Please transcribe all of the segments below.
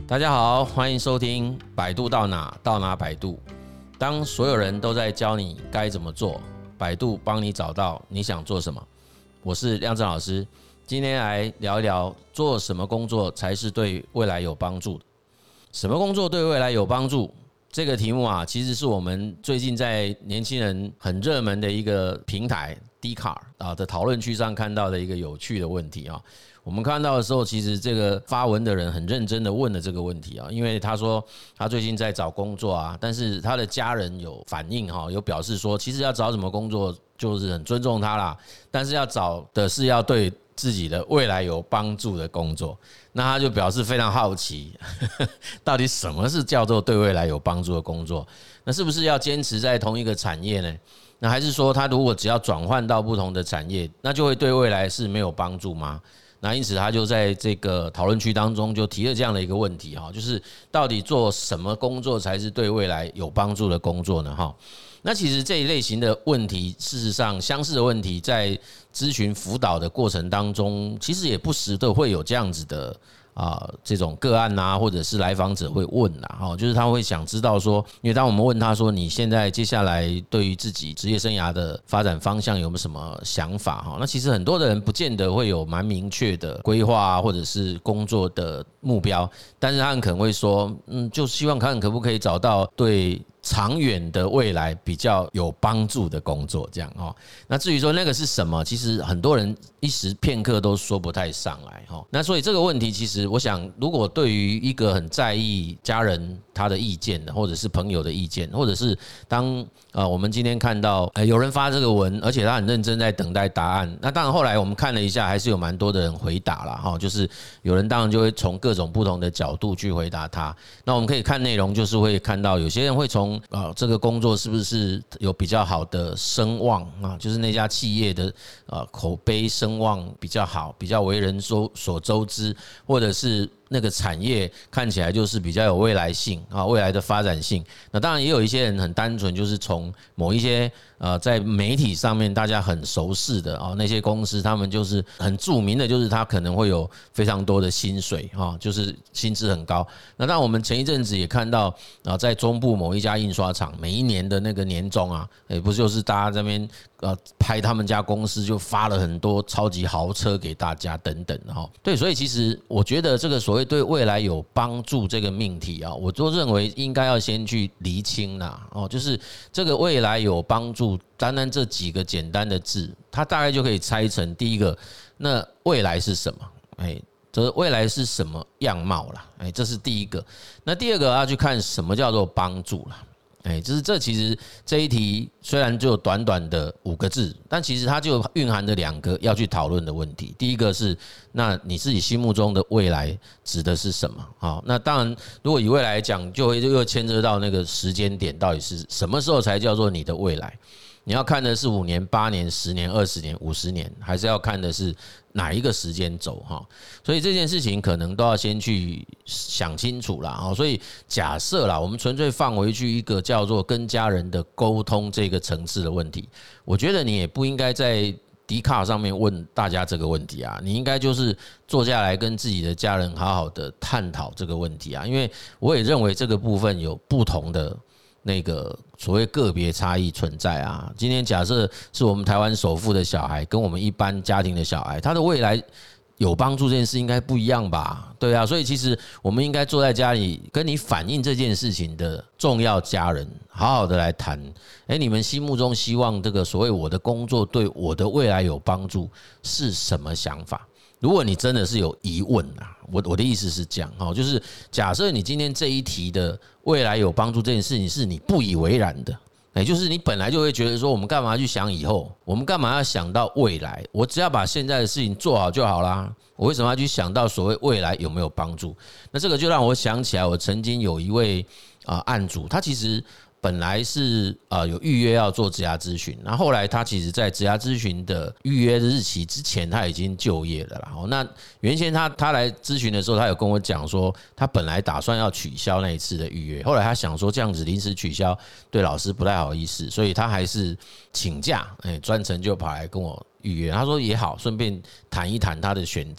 大家好，欢迎收听百度到哪到哪百度。当所有人都在教你该怎么做，百度帮你找到你想做什么。我是亮正老师，今天来聊一聊做什么工作才是对未来有帮助的。什么工作对未来有帮助？这个题目啊，其实是我们最近在年轻人很热门的一个平台 Dcard 的讨论区上看到的一个有趣的问题啊。我们看到的时候，其实这个发文的人很认真的问了这个问题啊，因为他说他最近在找工作啊，但是他的家人有反应哈，有表示说，其实要找什么工作就是很尊重他啦，但是要找的是要对自己的未来有帮助的工作。那他就表示非常好奇，到底什么是叫做对未来有帮助的工作？那是不是要坚持在同一个产业呢？那还是说他如果只要转换到不同的产业，那就会对未来是没有帮助吗？那因此他就在这个讨论区当中就提了这样的一个问题哈，就是到底做什么工作才是对未来有帮助的工作呢？哈，那其实这一类型的问题，事实上相似的问题在咨询辅导的过程当中，其实也不时的会有这样子的这种个案啊，或者是来访者会问啦，就是他会想知道说，因为当我们问他说你现在接下来对于自己职业生涯的发展方向有没有什么想法，那其实很多的人不见得会有蛮明确的规划啊，或者是工作的目标，但是他很可能会说，就希望看可不可以找到对长远的未来比较有帮助的工作，这样哦。那至于说那个是什么，其实很多人一时片刻都说不太上来哈。那所以这个问题，其实我想，如果对于一个很在意家人他的意见的，或者是朋友的意见，或者是当我们今天看到有人发这个文，而且他很认真在等待答案。那当然后来我们看了一下，还是有蛮多的人回答啦哈，就是有人当然就会从各种不同的角度去回答他。那我们可以看内容，就是会看到有些人会从这个工作是不是有比较好的声望啊？就是那家企业的口碑声望比较好，比较为人所周知，或者是那个产业看起来就是比较有未来性啊，未来的发展性。那当然也有一些人很单纯，就是从某一些在媒体上面大家很熟悉的那些公司，他们就是很著名的，就是他可能会有非常多的薪水就是薪资很高。那当然我们前一阵子也看到在中部某一家印刷厂，每一年的那个年终不就是大家这边拍他们家公司就发了很多超级豪车给大家等等对，所以其实我觉得这个所谓对未来有帮助这个命题我都认为应该要先去厘清啦就是这个未来有帮助，单单这几个简单的字，它大概就可以拆成第一个，那未来是什么？这未来是什么样貌啦？这是第一个。那第二个要去看什么叫做帮助啦。就是这其实这一题虽然只有短短的5个字，但其实它就蕴含着2个要去讨论的问题。第一个是，那你自己心目中的未来指的是什么？那当然，如果以未来来讲，就会又牵扯到那个时间点到底是什么时候才叫做你的未来。你要看的是5年、8年、10年、20年、50年，还是要看的是哪一个时间轴所以这件事情可能都要先去想清楚啦所以假设啦，我们纯粹放回去一个叫做跟家人的沟通这个层次的问题，我觉得你也不应该在Dcard上面问大家这个问题你应该就是坐下来跟自己的家人好好的探讨这个问题因为我也认为这个部分有不同的那个所谓个别差异存在今天假设是我们台湾首富的小孩跟我们一般家庭的小孩，他的未来有帮助这件事应该不一样吧？对所以其实我们应该坐在家里跟你反映这件事情的重要家人，好好的来谈。你们心目中希望这个所谓我的工作对我的未来有帮助是什么想法？如果你真的是有疑问我的意思是这样就是假设你今天这一题的未来有帮助这件事情是你不以为然的，就是你本来就会觉得说，我们干嘛去想以后？我们干嘛要想到未来？我只要把现在的事情做好就好啦。我为什么要去想到所谓未来有没有帮助？那这个就让我想起来，我曾经有一位案主，他其实本来是有预约要做职涯咨询，然后后来他其实在职涯咨询的预约的日期之前他已经就业了啦。那原先他来咨询的时候，他有跟我讲说，他本来打算要取消那一次的预约，后来他想说这样子临时取消对老师不太好意思，所以他还是请假专程就跑来跟我预约。他说也好，顺便谈一谈他的选择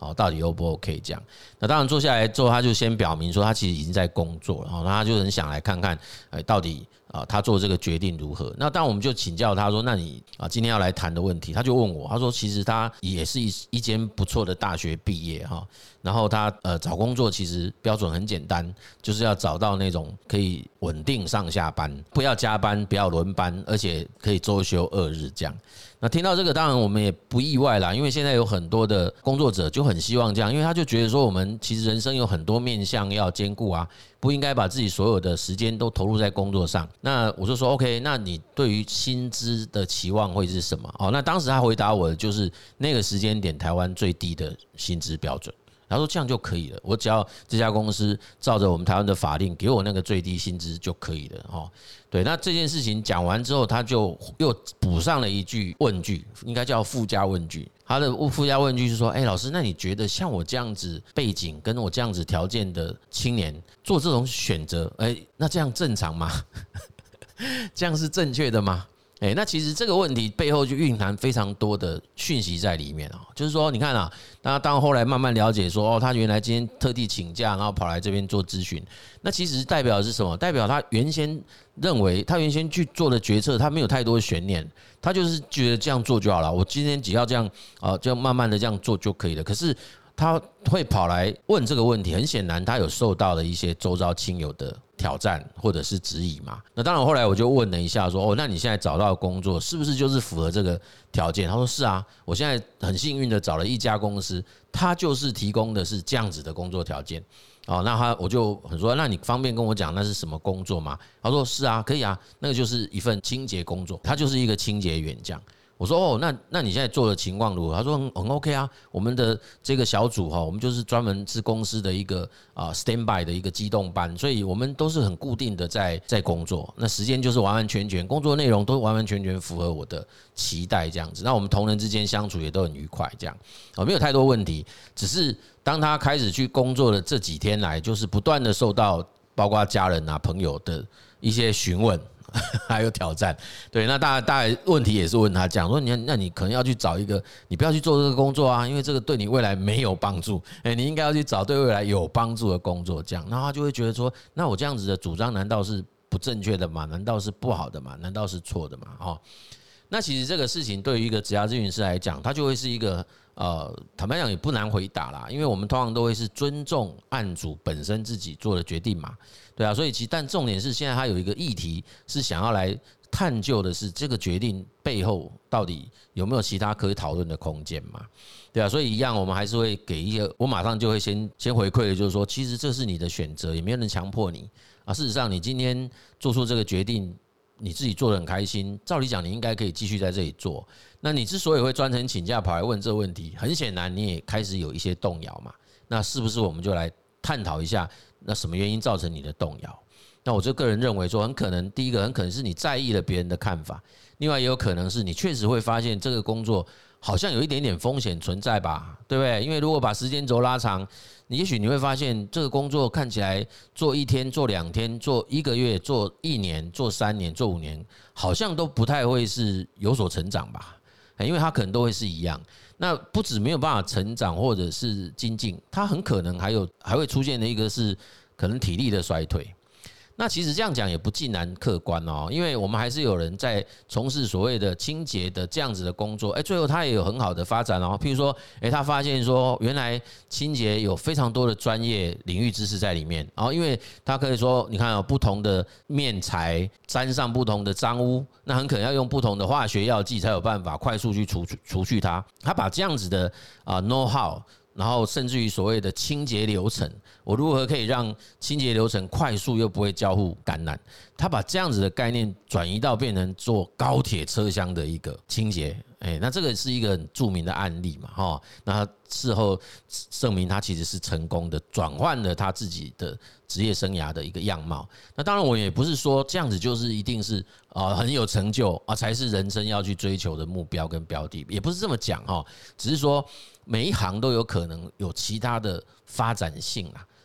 到底 O 不 OK 这样？那当然坐下来之后，他就先表明说他其实已经在工作了，那他就很想来看看，到底他做这个决定如何？那当然我们就请教他说，那你今天要来谈的问题，他就问我，他说其实他也是一间不错的大学毕业然后他找工作其实标准很简单，就是要找到那种可以稳定上下班，不要加班，不要轮班，而且可以周休2日这样。那听到这个，当然我们也不意外啦，因为现在有很多的工作者就很希望这样，因为他就觉得说我们其实人生有很多面向要兼顾不应该把自己所有的时间都投入在工作上。那我就说 OK， 那你对于薪资的期望会是什么？那当时他回答我的就是那个时间点台湾最低的薪资标准。他说这样就可以了，我只要这家公司照着我们台湾的法令给我那个最低薪资就可以了对，那这件事情讲完之后，他就又补上了一句问句，应该叫附加问句。他的附加问句是说：老师，那你觉得像我这样子背景跟我这样子条件的青年做这种选择，那这样正常吗？这样是正确的吗？那其实这个问题背后就蕴含非常多的讯息在里面就是说，你看那当后来慢慢了解说，他原来今天特地请假，然后跑来这边做咨询，那其实代表的是什么？代表他原先认为，他原先去做的决策，他没有太多的悬念，他就是觉得这样做就好了，我今天只要这样就慢慢的这样做就可以了。可是他会跑来问这个问题，很显然他有受到了一些周遭亲友的挑战或者是质疑嘛。那当然后来我就问了一下说，那你现在找到的工作是不是就是符合这个条件？他说是啊，我现在很幸运的找了一家公司，他就是提供的是这样子的工作条件。那我就很说，那你方便跟我讲那是什么工作吗？他说是啊，可以啊，那个就是一份清洁工作，他就是一个清洁员这样。我说那你现在做的情况如何？他说很 OK 啊，我们的这个小组我们就是专门是公司的一个standby 的一个机动班，所以我们都是很固定的在工作，那时间就是完完全全，工作内容都完完全全符合我的期待这样子。那我们同仁之间相处也都很愉快，这样没有太多问题。只是当他开始去工作的这几天来，就是不断的受到包括家人朋友的一些询问。还有挑战，对，那大概问题也是问他讲说，那你可能要去找一个，你不要去做这个工作因为这个对你未来没有帮助，你应该要去找对未来有帮助的工作，这样，然后他就会觉得说，那我这样子的主张难道是不正确的吗？难道是不好的吗？难道是错的吗？那其实这个事情对于一个职涯咨询师来讲，他就会是一个坦白讲也不难回答啦，因为我们通常都会是尊重案主本身自己做的决定嘛，对啊，所以但重点是现在他有一个议题是想要来探究的是这个决定背后到底有没有其他可以讨论的空间嘛，对啊，所以一样我们还是会给一个，我马上就会先回馈的就是说，其实这是你的选择，也没有人强迫你事实上你今天做出这个决定，你自己做得很开心，照理讲你应该可以继续在这里做。那你之所以会专程请假跑来问这个问题，很显然你也开始有一些动摇嘛。那是不是我们就来探讨一下，那什么原因造成你的动摇？那我就个人认为说，很可能第一个很可能是你在意了别人的看法，另外也有可能是你确实会发现这个工作好像有一点点风险存在吧，对不对？因为如果把时间轴拉长，也许你会发现这个工作看起来做1天、做2天、做1个月、做1年、做3年、做5年，好像都不太会是有所成长吧，因为它可能都会是一样。那不止没有办法成长或者是精进，它很可能还会出现的一个是可能体力的衰退。那其实这样讲也不尽然客观因为我们还是有人在从事所谓的清洁的这样子的工作，最后他也有很好的发展譬如说，他发现说原来清洁有非常多的专业领域知识在里面，因为他可以说，你看不同的面材沾上不同的脏污，那很可能要用不同的化学药剂才有办法快速去除去它。他把这样子的know how，然后甚至于所谓的清洁流程，我如何可以让清洁流程快速又不会交互感染？他把这样子的概念转移到变成做高铁车厢的一个清洁，那这个是一个很著名的案例嘛，那他事后证明他其实是成功的转换了他自己的职业生涯的一个样貌。那当然我也不是说这样子就是一定是很有成就才是人生要去追求的目标跟标的，也不是这么讲只是说每一行都有可能有其他的发展性啦。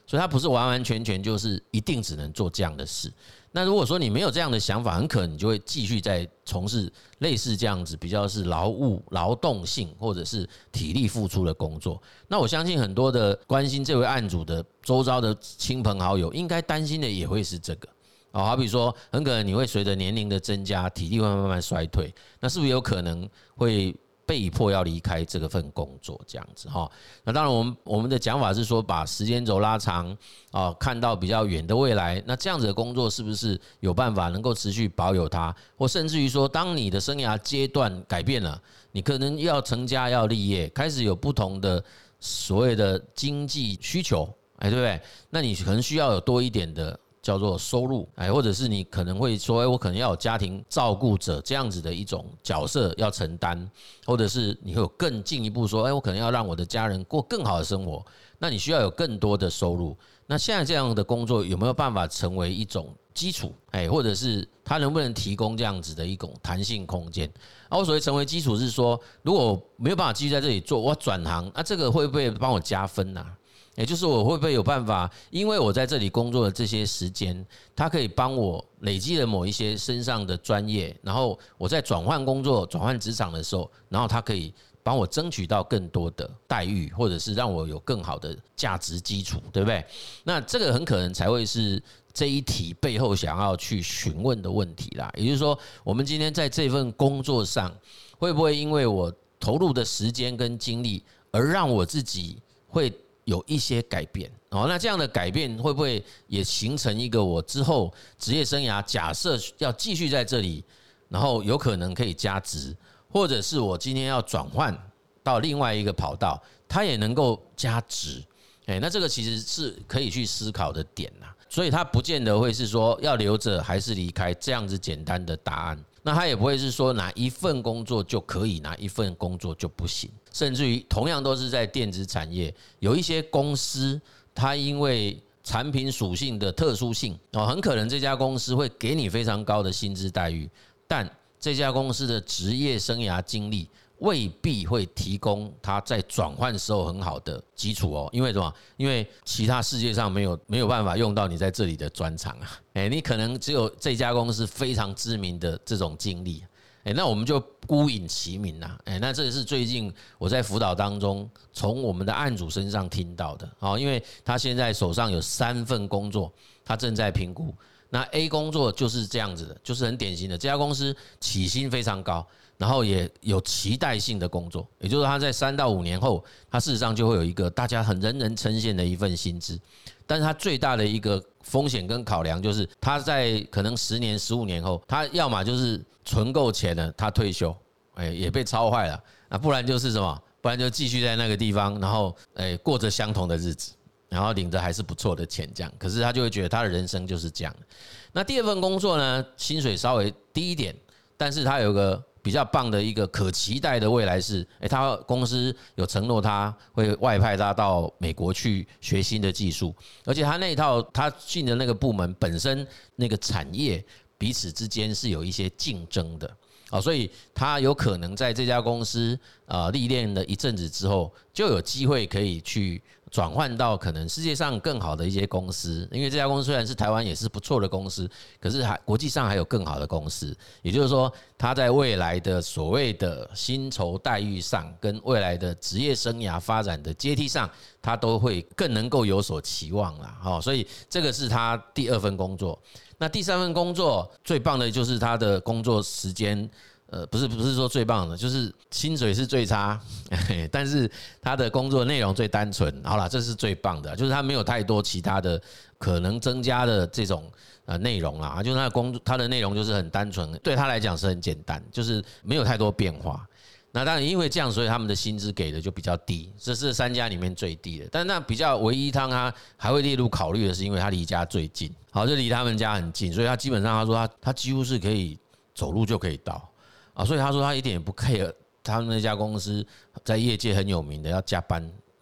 所以它不是完完全全就是一定只能做这样的事。那如果说你没有这样的想法，很可能你就会继续在从事类似这样子比较是劳动性或者是体力付出的工作。那我相信很多的关心这位案主的周遭的亲朋好友，应该担心的也会是这个。好比说，很可能你会随着年龄的增加，体力会慢慢衰退，那是不是有可能会被迫要离开这个份工作这样子哈？那当然，我们的讲法是说，把时间轴拉长看到比较远的未来。那这样子的工作是不是有办法能够持续保有它？或甚至于说，当你的生涯阶段改变了，你可能要成家要立业，开始有不同的所谓的经济需求，对不对？那你可能需要有多一点的叫做收入，或者是你可能会说，我可能要有家庭照顾者这样子的一种角色要承担，或者是你会有更进一步说，我可能要让我的家人过更好的生活，那你需要有更多的收入。那现在这样的工作有没有办法成为一种基础，或者是它能不能提供这样子的一种弹性空间？我所谓成为基础是说，如果没有办法继续在这里做，我转行，那这个会不会帮我加分啊？也就是我会不会有办法，因为我在这里工作的这些时间，它可以帮我累积了某一些身上的专业，然后我在转换工作、转换职场的时候，然后它可以帮我争取到更多的待遇，或者是让我有更好的价值基础，对不对？那这个很可能才会是这一题背后想要去询问的问题啦。也就是说，我们今天在这份工作上，会不会因为我投入的时间跟精力，而让我自己会有一些改变，那这样的改变会不会也形成一个我之后职业生涯假设要继续在这里，然后有可能可以加值，或者是我今天要转换到另外一个跑道，它也能够加值，那这个其实是可以去思考的点啦。所以它不见得会是说要留着还是离开这样子简单的答案。那它也不会是说哪一份工作就可以，哪一份工作就不行。甚至于同样都是在电子产业，有一些公司它因为产品属性的特殊性，很可能这家公司会给你非常高的薪资待遇，但这家公司的职业生涯经历未必会提供他在转换时候很好的基础因为什么？因为其他世界上没有办法用到你在这里的专长你可能只有这家公司非常知名的这种经历那我们就孤影其名那这是最近我在辅导当中从我们的案主身上听到的因为他现在手上有3份工作，他正在评估。那 A 工作就是这样子的，就是很典型的，这家公司起薪非常高，然后也有期待性的工作，也就是他在3到5年后，他事实上就会有一个大家很人人称羡的一份薪资。但是他最大的一个风险跟考量就是，他在可能10年、15年后，他要么就是存够钱了，他退休，也被操坏了，不然就是什么？不然就继续在那个地方，然后过着相同的日子。然后领着还是不错的钱，这样，可是他就会觉得他的人生就是这样。那第2份工作呢，薪水稍微低一点，但是他有个比较棒的一个可期待的未来是，他公司有承诺他会外派他到美国去学新的技术，而且他那一套他进的那个部门本身那个产业彼此之间是有一些竞争的。所以他有可能在这家公司历练了一阵子之后，就有机会可以去转换到可能世界上更好的一些公司。因为这家公司虽然是台湾也是不错的公司，可是国际上还有更好的公司。也就是说，他在未来的所谓的薪酬待遇上，跟未来的职业生涯发展的阶梯上，他都会更能够有所期望啦。所以这个是他第2份工作。那第3份工作最棒的就是他的工作时间，不是说最棒的，就是薪水是最差，但是他的工作内容最单纯。好啦，这是最棒的，就是他没有太多其他的可能增加的这种内容啦，就是他的内容就是很单纯，对他来讲是很简单，就是没有太多变化。那当然因为这样，所以他们的薪资给的就比较低，这是3家里面最低的。但那比较唯一他还会列入考虑的是，因为他离家最近，好，就离他们家很近，所以他基本上他说他几乎是可以走路就可以到所以他说他一点也不 care 他们那家公司在业界很有名的要加班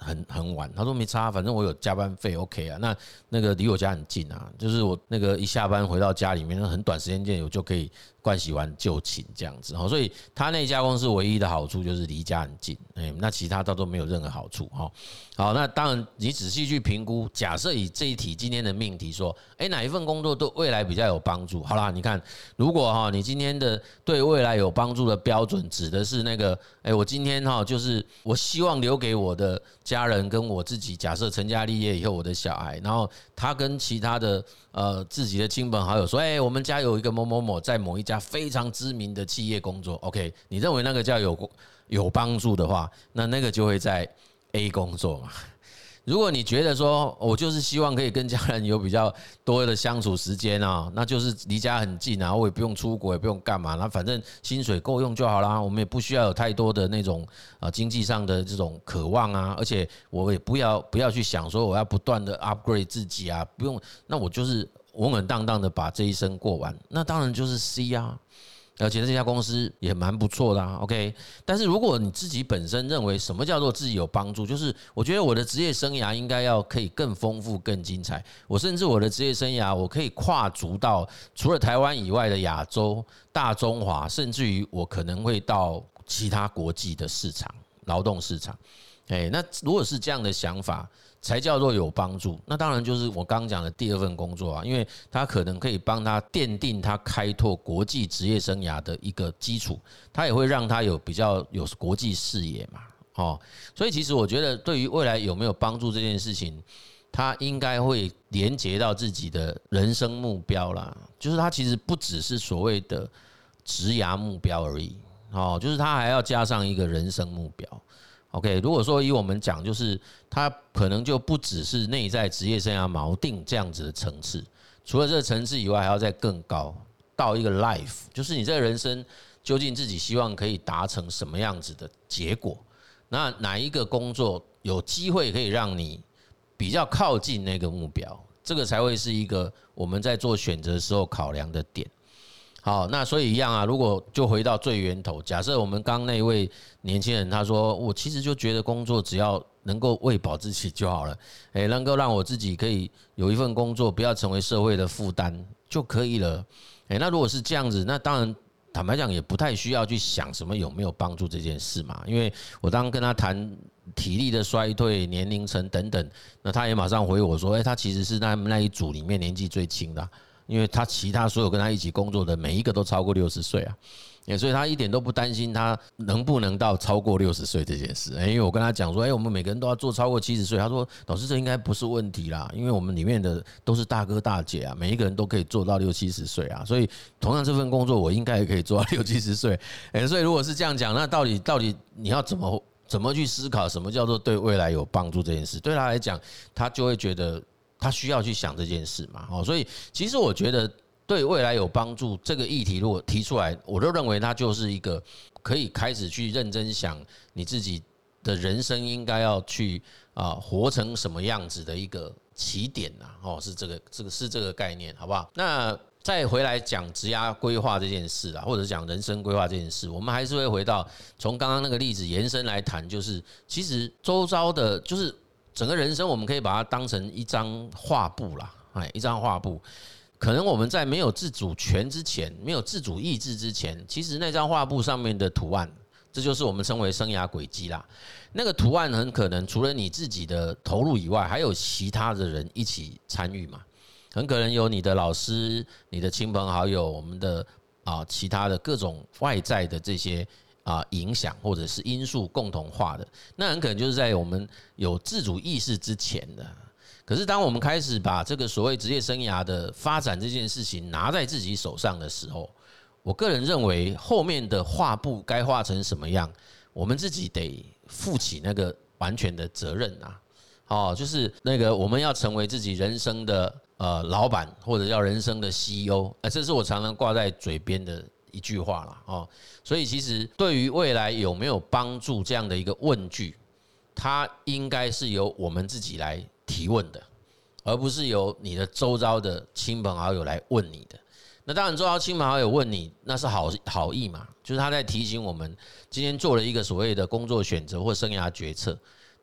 很晚。他说没差，反正我有加班费 ，OK 啊。那个离我家很近啊，就是我那个一下班回到家里面，很短时间内我就可以盥洗完就寝这样子。所以他那家公司唯一的好处就是离家很近，那其他都没有任何好处。好，那当然你仔细去评估，假设以这一题今天的命题说，哪一份工作对未来比较有帮助？好啦，你看，如果你今天的对未来有帮助的标准指的是那个，我今天就是我希望留给我的家人跟我自己，假设成家立业以后我的小孩，然后他跟其他的自己的亲朋好友说，我们家有一个某某某在某一家非常知名的企业工作 ，OK， 你认为那个叫有帮助的话，那个就会在 A 工作嘛。如果你觉得说我就是希望可以跟家人有比较多的相处时间啊，那就是离家很近啊，我也不用出国，也不用干嘛，那反正薪水够用就好啦，我们也不需要有太多的那种经济上的这种渴望啊，而且我也不要去想说我要不断的 upgrade 自己啊，不用，那我就是稳稳当当的把这一生过完，那当然就是 C 啊。而且这家公司也蛮不错的，OK。但是如果你自己本身认为什么叫做自己有帮助，就是我觉得我的职业生涯应该要可以更丰富、更精彩。我甚至我的职业生涯，我可以跨足到除了台湾以外的亚洲、大中华，甚至于我可能会到其他国际的市场、劳动市场。那如果是这样的想法，才叫做有帮助。那当然就是我刚刚讲的第二份工作啊，因为它可能可以帮他奠定他开拓国际职业生涯的一个基础，它也会让他比较有国际视野嘛。所以其实我觉得对于未来有没有帮助这件事情，他应该会连结到自己的人生目标啦，就是他其实不只是所谓的职涯目标而已，就是他还要加上一个人生目标。OK， 如果说以我们讲，就是它可能就不只是内在职业生涯锚定这样子的层次，除了这个层次以外，还要再更高到一个 life， 就是你这个人生究竟自己希望可以达成什么样子的结果？那哪一个工作有机会可以让你比较靠近那个目标？这个才会是一个我们在做选择的时候考量的点。好，那所以一样啊，如果就回到最源头，假设我们刚那位年轻人他说，我其实就觉得工作只要能够喂饱自己就好了，能够让我自己可以有一份工作，不要成为社会的负担就可以了。那如果是这样子，那当然坦白讲也不太需要去想什么有没有帮助这件事嘛，因为我当跟他谈体力的衰退、年龄层等等，那他也马上回我说，他其实是那一组里面年纪最轻的因为他其他所有跟他一起工作的每一个都超过60岁啊，所以他一点都不担心他能不能到超过60岁这件事。因为我跟他讲说，我们每个人都要做超过70岁，他说老师这应该不是问题啦，因为我们里面的都是大哥大姐啊，每一个人都可以做到60、70岁啊，所以同样这份工作我应该也可以做到60、70岁。所以如果是这样讲，那到底你要怎么去思考什么叫做对未来有帮助这件事？对他来讲，他就会觉得他需要去想这件事嘛，所以其实我觉得对未来有帮助这个议题，如果提出来，我都认为它就是一个可以开始去认真想你自己的人生应该要去活成什么样子的一个起点是这个概念，好不好？那再回来讲职涯规划这件事或者讲人生规划这件事，我们还是会回到从刚刚那个例子延伸来谈，就是其实周遭的，就是整个人生，我们可以把它当成一张画布啦，一张画布。可能我们在没有自主权之前，没有自主意志之前，其实那张画布上面的图案，这就是我们称为生涯轨迹啦。那个图案很可能除了你自己的投入以外，还有其他的人一起参与嘛。很可能有你的老师、你的亲朋好友、我们的其他的各种外在的这些影响或者是因素共同化的，那很可能就是在我们有自主意识之前的。可是当我们开始把这个所谓职业生涯的发展这件事情拿在自己手上的时候，我个人认为后面的画布该画成什么样，我们自己得负起那个完全的责任就是那个我们要成为自己人生的老板，或者叫人生的 CEO，这是我常常挂在嘴边的一句话啦所以其实对于未来有没有帮助这样的一个问句，它应该是由我们自己来提问的，而不是由你的周遭的亲朋好友来问你的。那当然周遭亲朋好友问你，那是好意嘛，就是他在提醒我们今天做了一个所谓的工作选择或生涯决策，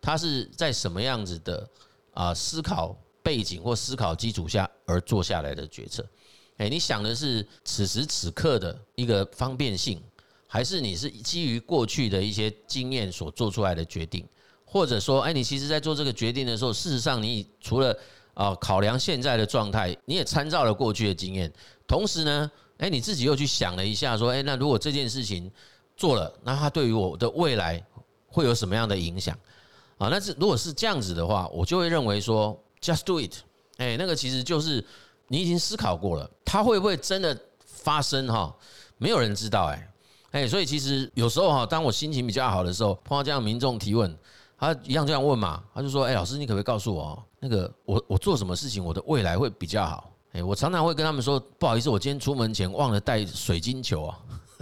他是在什么样子的思考背景或思考基础下而做下来的决策。你想的是此时此刻的一个方便性，还是你是基于过去的一些经验所做出来的决定？或者说，你其实在做这个决定的时候，事实上你除了考量现在的状态，你也参照了过去的经验，同时呢，你自己又去想了一下，说，那如果这件事情做了，那它对于我的未来会有什么样的影响？那如果是这样子的话，我就会认为说 ，just do it，那个其实就是你已经思考过了，它会不会真的发生没有人知道所以其实有时候当我心情比较好的时候，碰到这样民众提问，他一样这样问嘛，他就说，老师你可不可以告诉我那个我做什么事情我的未来会比较好？我常常会跟他们说，不好意思，我今天出门前忘了带水晶球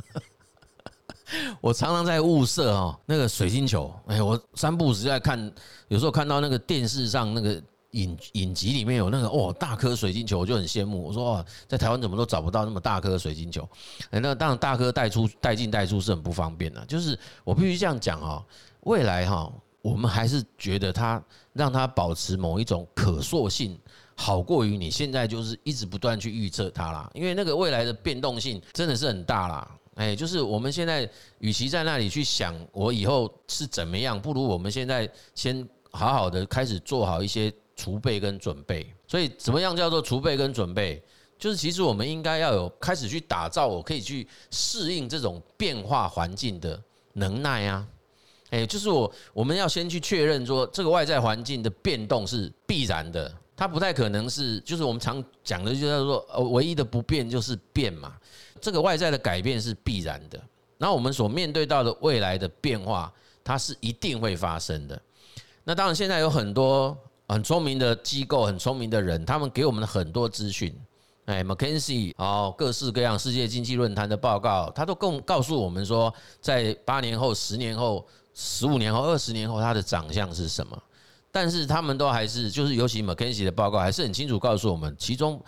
我常常在物色那个水晶球，我三不五时在看，有时候看到那个电视上那个影集里面有那个大颗水晶球，我就很羡慕。我说在台湾怎么都找不到那么大颗水晶球？那当然大颗带进带出是很不方便的。就是我必须这样讲未来我们还是觉得让它保持某一种可塑性，好过于你现在就是一直不断去预测它啦。因为那个未来的变动性真的是很大啦。就是我们现在与其在那里去想我以后是怎么样，不如我们现在先好好的开始做好一些储备跟准备。所以怎么样叫做储备跟准备？就是其实我们应该要有开始去打造我可以去适应这种变化环境的能耐啊。就是我们要先去确认说这个外在环境的变动是必然的，它不太可能是，就是我们常讲的，就是说唯一的不变就是变嘛。这个外在的改变是必然的，然后我们所面对到的未来的变化，它是一定会发生的。那当然，现在有很多很聪明的机构、很聪明的人，他们给我们很多资讯。McKinsey 各式各样世界经济论坛的报告，他都告诉我们说，在8年后、10年后、15年后、20年后，它的长相是什么。但是他们都还是，就是尤其 McKinsey 的报告还是很清楚告诉我们，其中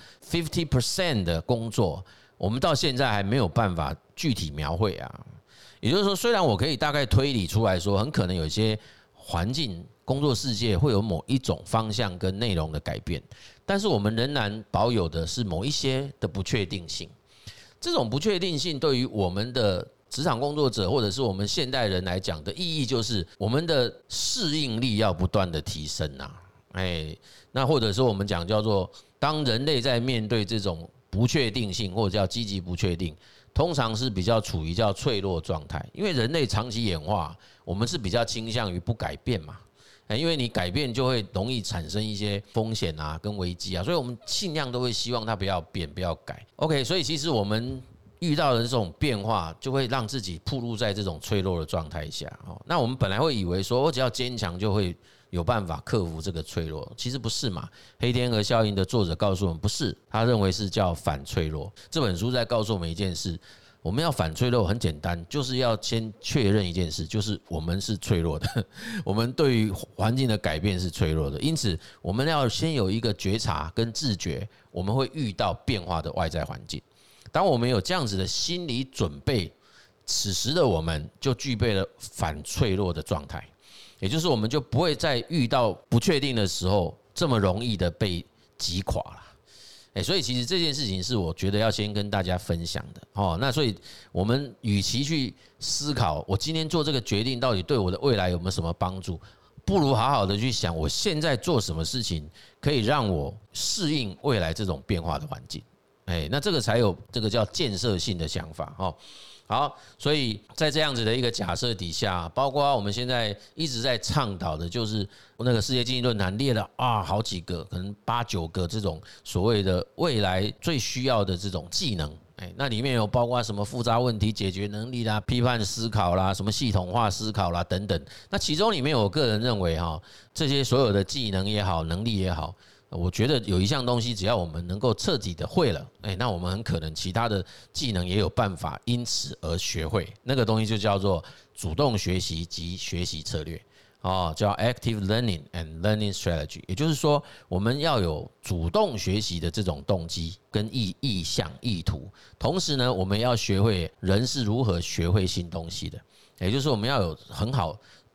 50% 的工作，我们到现在还没有办法具体描绘啊。也就是说，虽然我可以大概推理出来说，很可能有一些环境、工作世界会有某一种方向跟内容的改变，但是我们仍然保有的是某一些的不确定性。这种不确定性对于我们的职场工作者或者是我们现代人来讲的意义，就是我们的适应力要不断的提升那或者说我们讲叫做，当人类在面对这种不确定性或者叫积极不确定，通常是比较处于叫脆弱状态。因为人类长期演化，我们是比较倾向于不改变嘛，因为你改变就会容易产生一些风险跟危机所以我们尽量都会希望它不要变不要改。 OK， 所以其实我们遇到的这种变化，就会让自己暴露在这种脆弱的状态下。那我们本来会以为说，我只要坚强就会有办法克服这个脆弱，其实不是嘛。黑天鹅效应的作者告诉我们，不是，他认为是叫反脆弱。这本书在告诉我们一件事，我们要反脆弱很简单，就是要先确认一件事，就是我们是脆弱的，我们对于环境的改变是脆弱的，因此我们要先有一个觉察跟自觉，我们会遇到变化的外在环境。当我们有这样子的心理准备，此时的我们就具备了反脆弱的状态，也就是我们就不会在遇到不确定的时候这么容易的被击垮了。所以其实这件事情是我觉得要先跟大家分享的。那所以我们与其去思考我今天做这个决定到底对我的未来有没有什么帮助，不如好好的去想我现在做什么事情可以让我适应未来这种变化的环境。那这个才有这个叫建设性的想法。好，所以在这样子的一个假设底下，包括我们现在一直在倡导的，就是那个世界经济论坛列了好几个，可能8、9个这种所谓的未来最需要的这种技能。那里面有包括什么复杂问题解决能力啦、批判思考啦、什么系统化思考啦等等。那其中里面我个人认为这些所有的技能也好、能力也好，我觉得有一项东西，只要我们能够彻底的会了，那我们很可能其他的技能也有办法因此而学会。那个东西就叫做主动学习及学习策略，叫 active learning and learning strategy。也就是说，我们要有主动学习的这种动机跟意向、意图，同时呢，我们要学会人是如何学会新东西的。也就是我们要有很好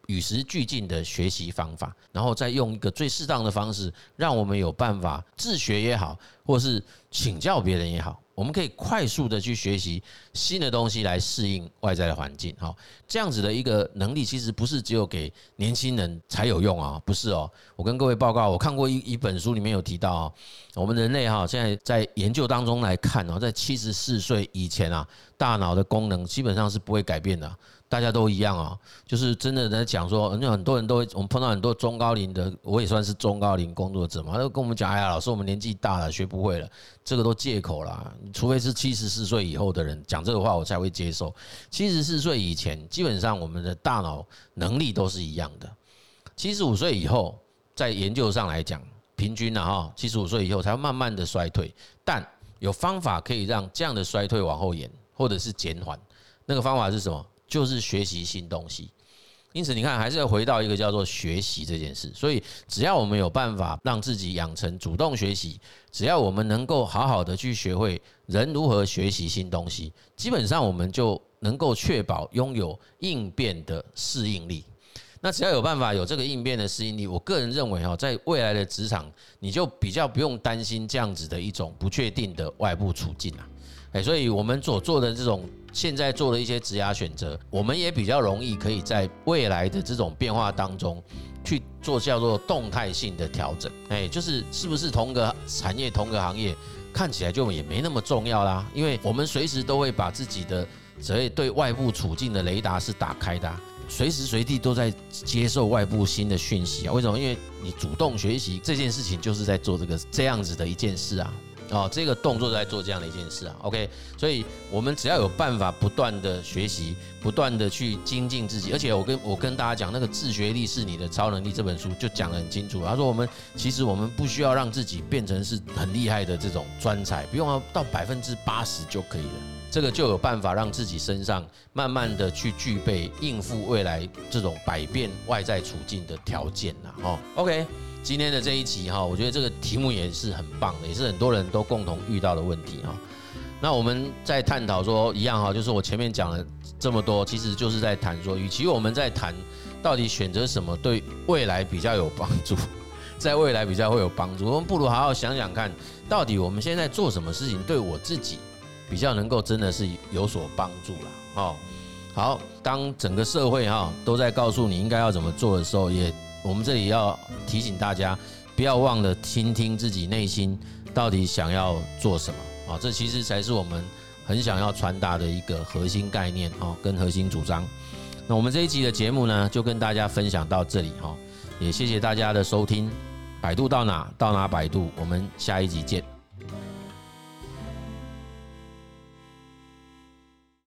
与时俱进的学习方法，然后再用一个最适当的方式，让我们有办法自学也好，或是请教别人也好，我们可以快速的去学习新的东西来适应外在的环境。这样子的一个能力其实不是只有给年轻人才有用啊，不是哦。我跟各位报告，我看过一本书里面有提到我们人类现在在研究当中来看在74岁以前大脑的功能基本上是不会改变的。大家都一样就是真的在讲说，很多人都我们碰到很多中高龄的，我也算是中高龄工作者嘛，他都跟我们讲，哎呀，老师我们年纪大了，学不会了，这个都借口啦，除非是74岁以后的人讲这个话，我才会接受。74岁以前，基本上我们的大脑能力都是一样的。75岁以后，在研究上来讲，平均75岁以后才会慢慢的衰退，但有方法可以让这样的衰退往后延，或者是减缓。那个方法是什么？就是学习新东西。因此你看，还是要回到一个叫做学习这件事。所以只要我们有办法让自己养成主动学习，只要我们能够好好的去学会人如何学习新东西，基本上我们就能够确保拥有应变的适应力。那只要有办法有这个应变的适应力，我个人认为在未来的职场，你就比较不用担心这样子的一种不确定的外部处境所以我们所做的这种现在做的一些职涯选择，我们也比较容易可以在未来的这种变化当中去做叫做动态性的调整。就是是不是同个产业同个行业看起来就也没那么重要啦，因为我们随时都会把自己的对外部处境的雷达是打开的随时随地都在接受外部新的讯息为什么？因为你主动学习这件事情就是在做这样子的一件事这个动作在做这样的一件事OK， 所以我们只要有办法不断的学习，不断的去精进自己，而且我跟大家讲，那个自学力是你的超能力这本书就讲得很清楚。他说其实我们不需要让自己变成是很厉害的这种专才，不用要到80%就可以了。这个就有办法让自己身上慢慢的去具备应付未来这种百变外在处境的条件OK。今天的这一集我觉得这个题目也是很棒的，也是很多人都共同遇到的问题那我们在探讨说一样就是我前面讲了这么多，其实就是在谈说，与其我们在谈到底选择什么对未来比较有帮助，在未来比较会有帮助，我们不如好好想想看，到底我们现在做什么事情对我自己比较能够真的是有所帮助啦好，当整个社会都在告诉你应该要怎么做的时候，我们这里要提醒大家，不要忘了倾听自己内心到底想要做什么这其实才是我们很想要传达的一个核心概念跟核心主张。那我们这一集的节目呢，就跟大家分享到这里也谢谢大家的收听。百度到哪百度，我们下一集见。